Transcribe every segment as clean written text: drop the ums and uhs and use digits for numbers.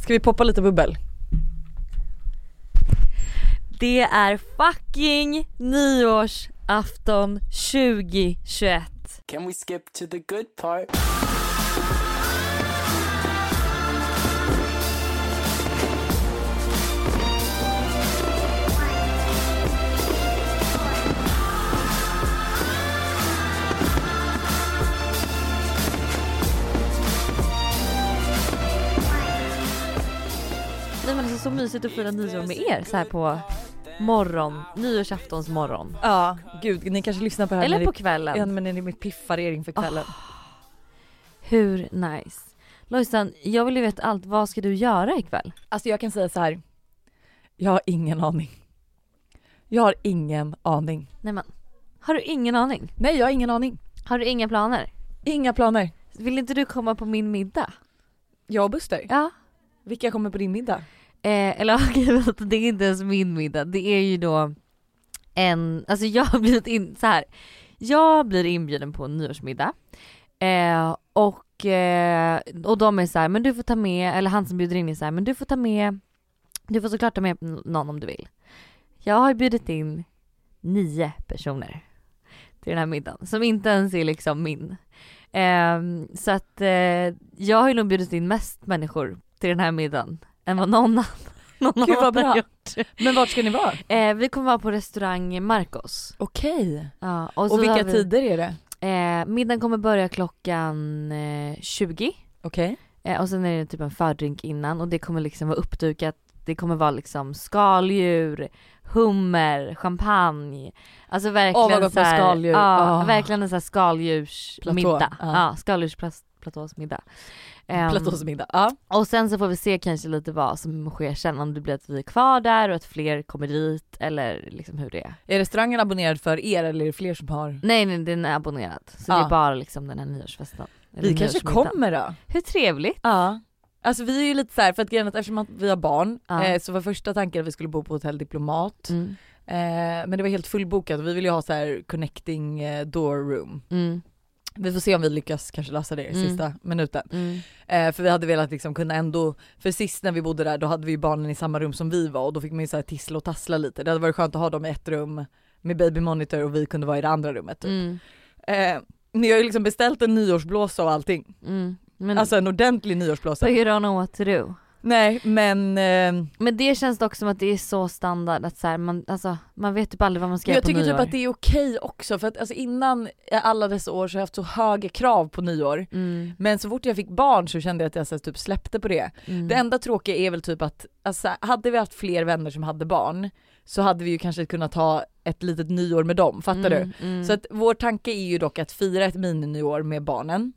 Ska vi poppa lite bubbel? Det är fucking nyårsafton 2021. Can we skip to the good part? Nej, men alltså, så mysigt att fira nyår med er så här på nyårsaftons morgon. Ja, gud, ni kanske lyssnar på det här. Eller på kvällen. Ja, men ni piffar er inför kvällen. Hur nice. Lojsan, jag vill ju veta allt. Vad ska du göra ikväll? Alltså jag kan säga så här. Jag har ingen aning. Nej men, har du ingen aning? Nej, jag har ingen aning. Har du inga planer? Inga planer. Vill inte du komma på min middag? Jag och Buster? Ja. Vilka kommer på din middag? Eller det är inte ens min middag. Det är ju då alltså jag har blivit jag blir inbjuden på en nyårsmiddag. Och de är så här, men du får ta med, eller han som bjuder in är så här, men du får såklart ta med någon om du vill. Jag har bjudit in 9 personer till den här middagen som inte ens är liksom min. Så att jag har ju nog bjudit in mest människor till den här middagen än vad någon Gud vad bra. gjort. Men vart ska ni vara? Vi kommer vara på restaurang Marcos. Okej. Ja, och vilka tider är det? Middagen kommer börja klockan 20. Okej. Och sen är det typ en fördrink innan. Och det kommer liksom vara uppdukat. Det kommer vara liksom skaldjur, hummer, champagne. Alltså verkligen så här, skaldjur. verkligen en så här skaldjursmiddag. Ja, skaldjursplatåsmiddag. Platåsmiddag. Ja. Och sen så får vi se kanske lite vad som sker sen, om det blir att vi är kvar där och att fler kommer dit, eller liksom hur det är. Är restaurangen abonnerad för er eller är det fler som har? Nej, den är abonnerad. Så det är bara liksom den här nyårsfesten. Vi kanske kommer då. Hur trevligt. Ja. Alltså vi är ju lite så här, för att grejen att eftersom vi har barn så var första tanken att vi skulle bo på Hotell Diplomat. Men det var helt fullbokat och vi vill ju ha så här connecting door room. Vi får se om vi lyckas kanske lösa det i sista minuten. För vi hade velat liksom kunna ändå, för sist när vi bodde där då hade vi barnen i samma rum som vi var och då fick man ju så här tissla och tassla lite. Det hade varit skönt att ha dem i ett rum med babymonitor och vi kunde vara i det andra rummet typ. Ni har ju liksom beställt en nyårsblåsa och allting. Men alltså en ordentlig nyårsblåsa. But you don't know what to do. Nej, men det känns dock som att det är så standard att så här, man vet typ aldrig vad man ska göra på nyår. Jag tycker typ att det är okej också, för att alltså innan alla dessa år så har jag haft så höga krav på nyår. Men så fort jag fick barn så kände jag att jag så typ släppte på det. Det enda tråkiga är väl typ att alltså, hade vi haft fler vänner som hade barn så hade vi ju kanske kunnat ha ett litet nyår med dem, fattar du? Så att vår tanke är ju dock att fira ett mini-nyår med barnen.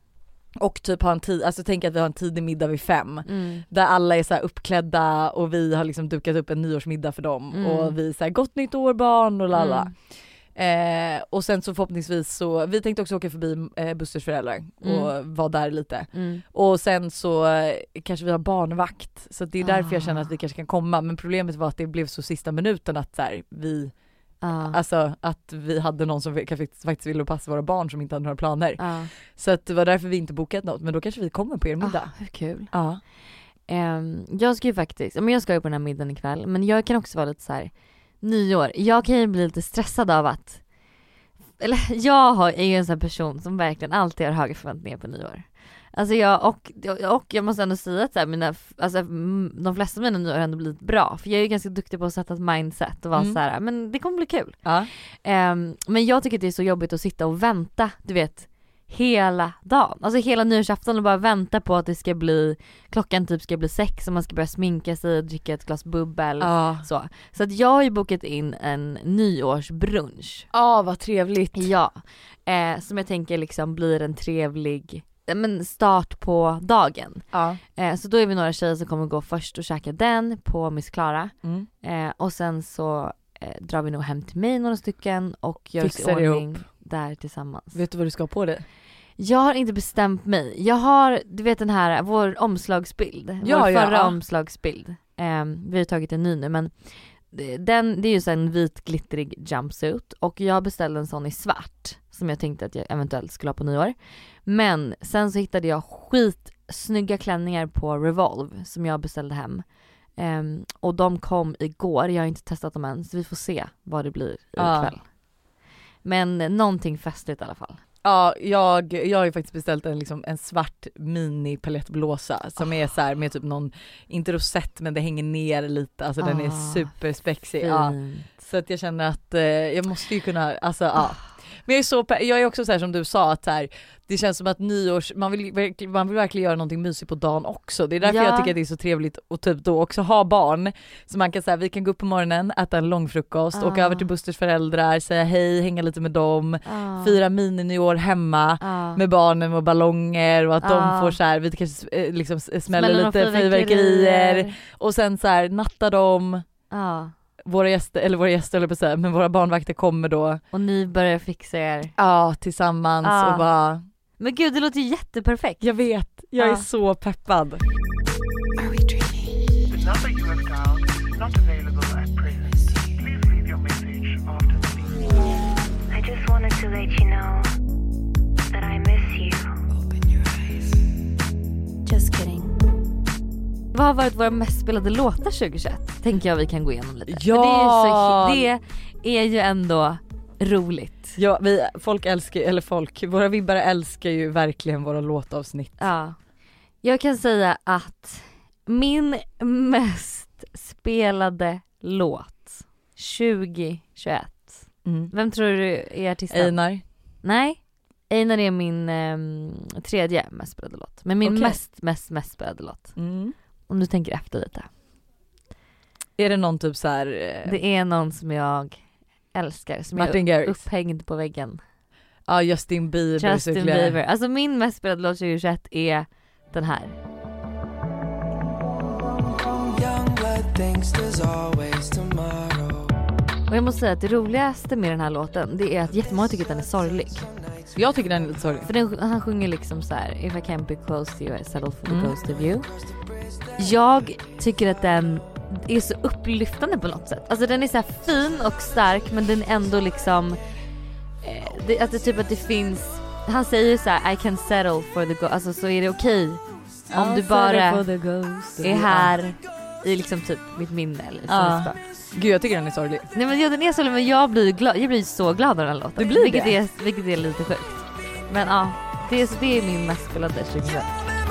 Och typ ha en tid, alltså tänk att vi har en tidig middag vid 5 där alla är så här uppklädda och vi har liksom dukat upp en nyårsmiddag för dem och vi så här, gott nytt år barn och lalla. Och sen så förhoppningsvis så, vi tänkte också åka förbi Busters föräldrar och vara där lite. Och sen så kanske vi har barnvakt, så det är därför jag känner att vi kanske kan komma, men problemet var att det blev så sista minuten att så här, alltså att vi hade någon som faktiskt ville passa våra barn som inte hade några planer. Så att det var därför vi inte bokat något, men då kanske vi kommer på er middag. Hur kul. Jag ska ju faktiskt, men jag ska ju på den här middagen ikväll, men jag kan också vara lite så här nyår. Jag kan ju bli lite stressad av att, eller är ju en sån person som verkligen alltid har höga förväntningar på nyår. Alltså jag måste ändå säga att så här, de flesta av mina nyår har ändå blivit bra. För jag är ju ganska duktig på att sätta ett mindset och vara så här, men det kommer bli kul. Men jag tycker att det är så jobbigt att sitta och vänta, du vet, hela dagen. Alltså hela nyårsafton och bara vänta på att det ska bli, klockan typ ska bli 6 och man ska börja sminka sig och dricka ett glas bubbel. Så att jag har ju bokat in en nyårsbrunch. Vad trevligt. Ja, som jag tänker liksom blir en trevlig start på dagen. Så då är vi några tjejer som kommer gå först och käka den på Miss Clara. Och sen så drar vi nog hem till mig några stycken och gör oss i ordning där tillsammans. Vet du vad du ska ha på dig? Jag har inte bestämt mig. Jag har, du vet den här, vår omslagsbild. Vår förra omslagsbild. Vi har tagit en ny nu, men det är ju så en vit glittrig jumpsuit. Och jag beställde en sån i svart som jag tänkte att jag eventuellt skulle ha på nyår. Men sen så hittade jag snygga klänningar på Revolve som jag beställde hem. Och de kom igår. Jag har inte testat dem än, så vi får se vad det blir ikväll. Men någonting festligt i alla fall. Ja, jag har ju faktiskt beställt en svart mini palettblåsa som är så här med typ någon, inte rosett men det hänger ner lite, alltså den är superspexig. Ja. Så att jag känner att jag måste ju kunna, alltså Men jag är också så här som du sa, att så här, det känns som att man vill verkligen göra någonting mysigt på dagen också. Det är därför jag tycker att det är så trevligt att typ då också ha barn. Så man kan säga, vi kan gå upp på morgonen, äta en långfrukost, åka över till Busters föräldrar, säga hej, hänga lite med dem, fira mini-nyår hemma med barnen och ballonger och att de får så här, vi kanske liksom smäller lite fyrverkerier och sen så här natta dem. Våra gäster, men våra barnvakter kommer då. Och ni börjar fixa er. Ja, tillsammans och bara... Men gud, det låter ju jätteperfekt. Jag vet, jag är så peppad. I just wanted to let you know that I miss you. Open your eyes. Just kidding. Vad har varit våra mest spelade låtar 2021? Tänker jag vi kan gå igenom lite. Ja! Det är ju ändå roligt. Ja, våra vibbare älskar ju verkligen våra låtavsnitt. Ja. Jag kan säga att min mest spelade låt 2021. Vem tror du är artisten? Einar. Nej. Einar är min tredje mest spelade låt. Men min mest spelade låt. Om du tänker efter lite. Är det någon typ så här? Det är någon som jag älskar. Som Martin är Garrix. upphängd på väggen. Ja, Justin Bieber. Alltså min mest spelade låt 2021 är den här. Och jag måste säga att det roligaste med den här låten, det är att jättemånga tycker att den är sorglig. Jag tycker den är lite sorglig. För han sjunger liksom så här: If I can't be close to you, I settle for the ghost of you. Jag tycker att den är så upplyftande på något sätt. Alltså den är så här fin och stark, men den är ändå liksom att det finns, han säger så här: I can settle for the ghost. Alltså så är det okej om du bara är här i liksom typ mitt minne eller Gud, jag tycker den är sorglig. Nej, men den är sorglig, men jag blir så glad av den här låten. Det blir vilket är lite sjukt. Men det är min mest spelade 2021.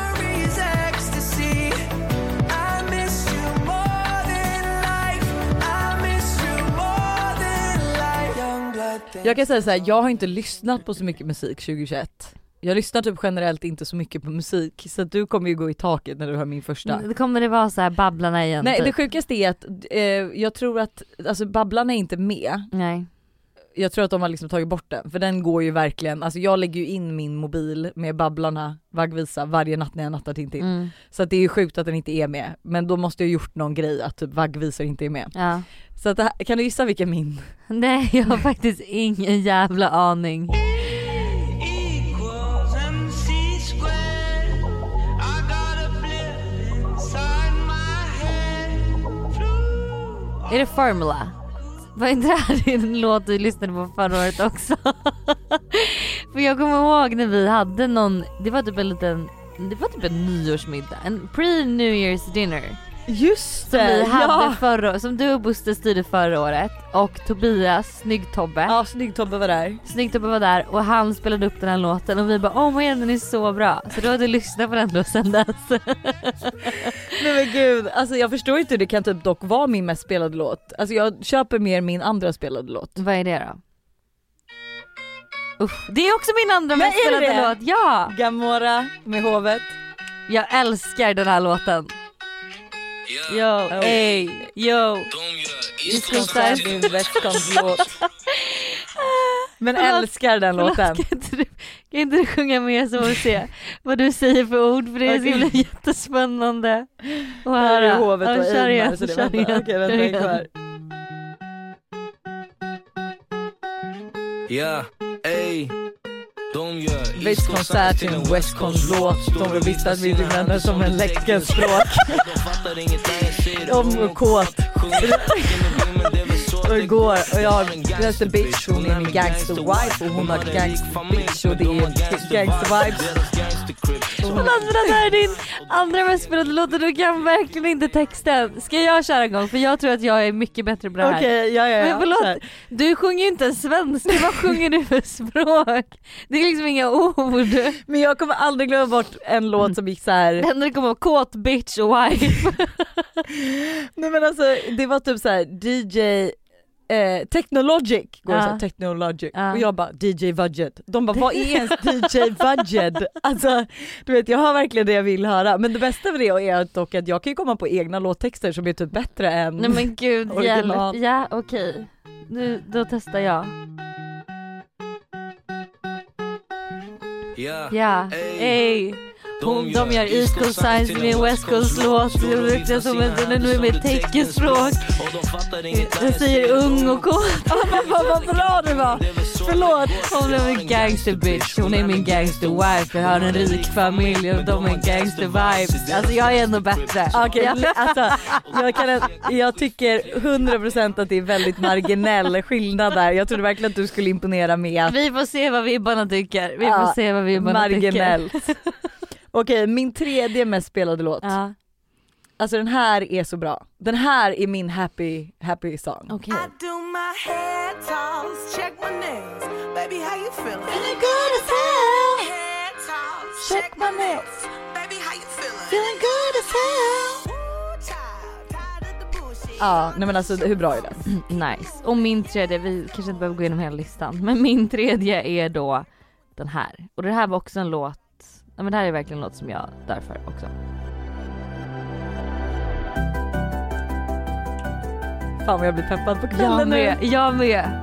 Jag kan säga så här, jag har inte lyssnat på så mycket musik 2021. Jag lyssnar typ generellt inte så mycket på musik, så att du kommer ju gå i taket när du hör min första. Det kommer det vara så här Babblarna igen. Nej, typ. det sjukaste är att jag tror att alltså Babblarna är inte med. Nej. Jag tror att de har liksom tagit bort den, för den går ju verkligen, alltså jag lägger ju in min mobil med Babblarna vaggvisa varje natt när jag nattar Tintin. Så att det är ju sjukt att den inte är med, men då måste jag ha gjort någon grej att typ vaggvisar inte är med. Ja. Så att kan du gissa vilken min? Nej, jag har faktiskt ingen jävla aning. Är det Formula? Var inte det här en låt du lyssnade på förra året också? För jag kommer ihåg när vi hade någon, det var typ en nyårsmiddag, en pre-New Year's dinner. Just det, som vi hade som du och Buster styrde förra året. Och Tobias, Snygg-Tobbe. Ja, Snygg-Tobbe var där. Snygg-Tobbe var där och han spelade upp den här låten. Och vi bara, oh my God, den är så bra. Så då hade du lyssnat på den då sen dess. Nej men gud, alltså jag förstår inte hur det kan typ dock vara min mest spelade låt. Alltså jag köper mer min andra spelade låt. Vad är det då? Det är också min andra mest spelade låt, ja! Gamora med hovet. Jag älskar den här låten. Yo, ey, yo. East Coast Side, West Coast låt. Men älskar den låten. Kan inte du sjunga med så och se vad du säger för ord, för det är så jättespännande att höra. Det är hovet och Einar, Einar, så det vänta kvar. Ja, ey. Västkonserten, Westcons låt. De vill visst att vi vänner som en läckerspråk. De är kåt, Och igår, och jag har Gangster Bitch, hon är min gangster wife och hon har Gangster Bitch och det är gangster vibes. Men alltså det här är din andra mest spelade låt och du kan verkligen inte texten. Ska jag köra en gång? För jag tror att jag är mycket bättre på det här. Okej, ja. Men förlåt, du sjunger ju inte en svenska, vad sjunger du för språk? Det är liksom inga ord. Men jag kommer aldrig glömma bort en låt som gick så här. Det enda det kommer vara kåt, bitch och wife. Nej men alltså det var typ så här DJ Technologic går det så här, Technologic och jag bara DJ Budget. De bara vad är ens DJ Budget? Alltså du vet jag har verkligen det jag vill höra. Men det bästa med det är dock att jag kan ju komma på egna låttexter som är typ bättre än. Nej men gud, original. Ja okej. Nu då testar jag. Ja, ey. De gör East Coast Science med West Coast låt. Jag riktar som nu med teckenspråk. Jag säger ung och kåt. Vad bra det var. Förlåt. Hon är min gangster bitch. Hon är min gangster wife. Jag har en rik familj och de är gangster vibes. Alltså jag är ändå bättre. Okej, alltså jag tycker 100% att det är väldigt marginell skillnad där. Jag trodde verkligen att du skulle imponera med. Vi får se vad vibbarna tycker. Vi får se vad vibbarna marginellt. tycker. Okej, min tredje mest spelade låt. Alltså den här är så bra. Den här är min happy song. Okej. I do my head toss, check my nails. Baby, how you feeling? Feeling good as hell. Head toss, Check my nails. Baby, how you feeling? Feeling good as hell. Ooh, child, tired of the bullshit. Ja, nej men alltså hur bra är den? Nice. Och min tredje, vi kanske inte behöver gå igenom hela listan, men min tredje är då den här. Och det här var också en låt. Ja, men det här är verkligen en låt som jag därför också. Fan vad jag blir peppad på kvällen nu. Jag med.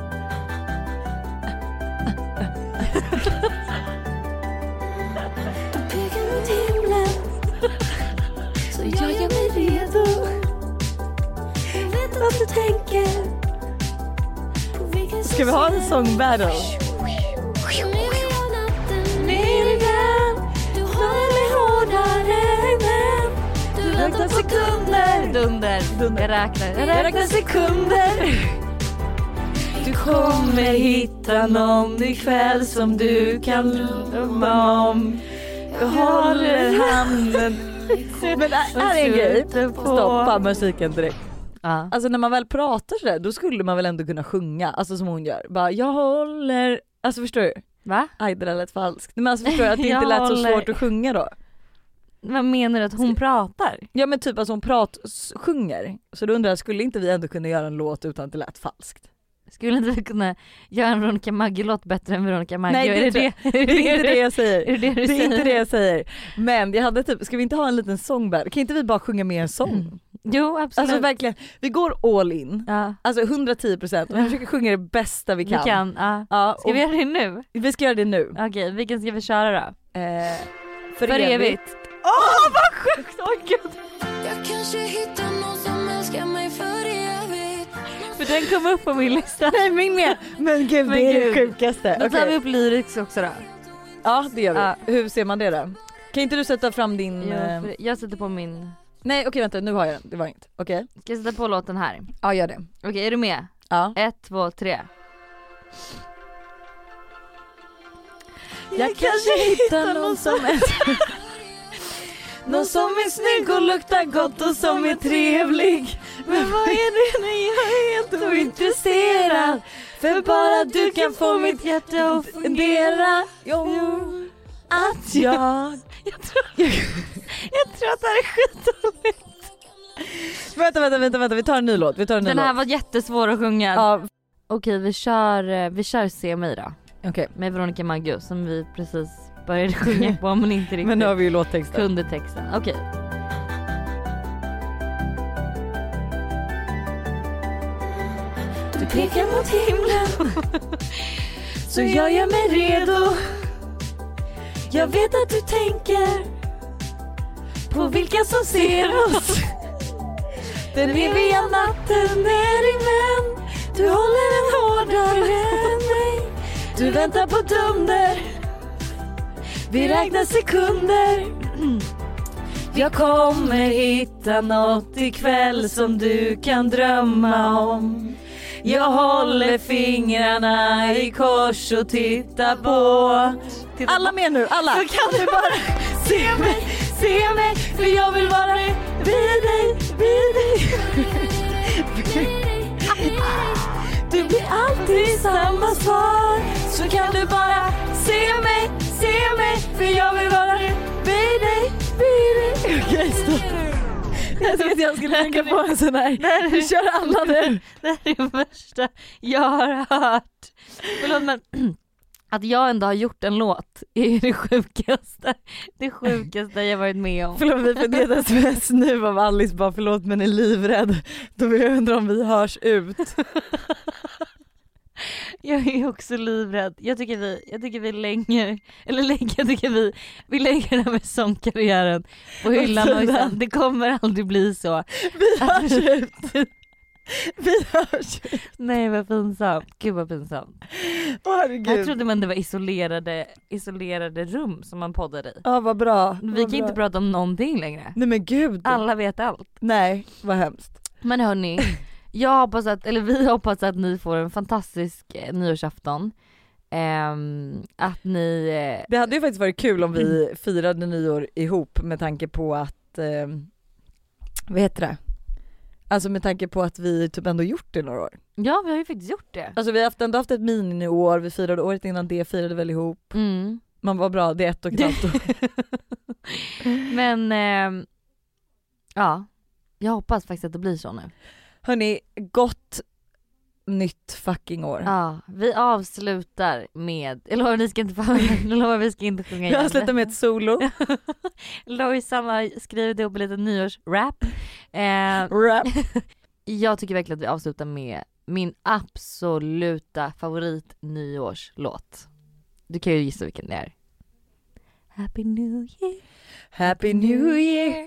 Så jag gör mig redo. Jag vet vad du tänker. Ska vi ha en song battle? Du håller mig hårdare än du väntar sekunder. Dunder. Jag räknar sekunder. Du kommer hitta någon ikväll som du kan lova om. Jag håller handen. Men här är en grej. Stoppa musiken direkt. Alltså när man väl pratar sådär, då skulle man väl ändå kunna sjunga. Alltså som hon gör. Bara jag håller. Alltså förstår du? Va? Aj, det där lät falskt. Men alltså förstår du att det inte lät så svårt att sjunga då? Vad menar du att hon pratar? Ja men typ alltså hon sjunger. Så då undrar jag, skulle inte vi ändå kunna göra en låt utan att det lät falskt? Skulle inte vi kunna göra en Veronica Maggio-låt bättre än Veronica Maggio? Nej, det är inte det jag säger. Är det du det är säger? inte det jag säger. Men jag hade typ, ska vi inte ha en liten sångbär? Kan inte vi bara sjunga med en sång? Jo, absolut. Alltså verkligen, vi går all in. Ja. Alltså 110%. Och vi försöker sjunga det bästa vi kan. Ja. Ska vi göra det nu? Vi ska göra det nu. Okej, vilken ska vi köra då? För evigt. Åh, vad sjukt! Åh gud. Jag kanske hittar någon som älskar mig för evigt. För den kom upp på min lista. Nej, min med. Men gud, det är det sjukaste. Då tar vi upp lyrics också då. Ja, det gör vi. Ja. Hur ser man det då? Kan inte du sätta fram din... Jag sätter på min... Nej, okej, vänta, nu har jag den. Det var inget. Okej. Ska jag sätta på låten här? Ja, gör det. Okej, är du med? Ja. 1, 2, 3. Jag kanske hittar någon som är... någon som är snygg och luktar gott och som är trevlig. Men vad är det när jag är helt ointresserad? För bara du kan få mitt hjärta att fundera. Jo, att jag... Jag tror att det här är skitdåligt. Vänta, vi tar en ny låt. Den här var jättesvår att sjunga. Ja. Okej, vi kör Se mig då. Okej. Med Veronica Maggio som vi precis började sjunga på men inte riktigt. Men nu har vi ju låttexten. Kunde texten. Okej. Du pekar mot himlen så jag gör mig redo. Jag vet att du tänker på vilka som ser oss. Den eviga natten är din vän. Du håller den hårdare än mig. Du väntar på dunder. Vi räknar sekunder. Jag kommer hitta något ikväll som du kan drömma om. Jag håller fingrarna i kors och tittar på. Alla med nu, alla. Så kan du bara se mig, för jag vill vara vid dig. Du blir alltid samma svar. Så kan du bara se mig, för jag vill vara vid dig. Okej, stopp. Jag tänkte att jag skulle tänka på en sån här. Du kör alla nu. Det här är det värsta jag har hört. Förlåt, men att jag ändå har gjort en låt är det sjukaste jag varit med om. Förlåt, vi får det sms nu av Alice bara förlåt men är livrädd. Då vill jag undra om vi hörs ut. Jag är också livrädd. Jag tycker vi lägger den här med sångkarriären på hyllan och sen, det kommer aldrig bli så. Vi hörs ut. Vi hörs ut. Nej, vad pinsamt. Gud vad pinsamt. Herregud. Jag trodde man det var isolerade rum som man poddade i. Ja, vad bra. Vi kan inte prata om någonting längre. Nej men gud. Alla vet allt. Nej, vad hemskt. Men hörni, vi hoppas att ni får en fantastisk nyårsafton. Att ni... Det hade ju faktiskt varit kul om vi firade nyår ihop med tanke på att vad heter det? Alltså med tanke på att vi typ ändå gjort det några år. Ja, vi har ju faktiskt gjort det. Alltså vi har ändå haft ett miniår, vi firade året innan det, firade väl ihop. Man var bra, det är 1,5 år. Men ja, jag hoppas faktiskt att det blir så nu. Hörni, gott nytt fucking år. Ja, vi avslutar med, eller vi ska inte sjunga igen. Vi avslutar med ett solo. Lojsan har skrivit ihop lite nyårsrap. Rap. Jag tycker verkligen att vi avslutar med min absoluta favorit nyårslåt. Du kan ju gissa vilken det är. Happy New Year. Happy New Year.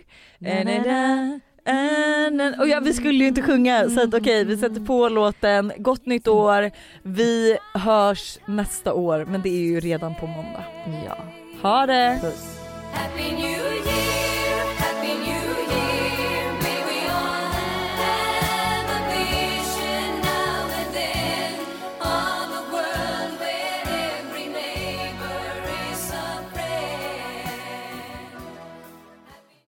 Och ja, vi skulle ju inte sjunga så att okej, vi sätter på låten. Gott nytt år. Vi hörs nästa år, men det är ju redan på måndag. Ja. Ha det. Puss. Happy New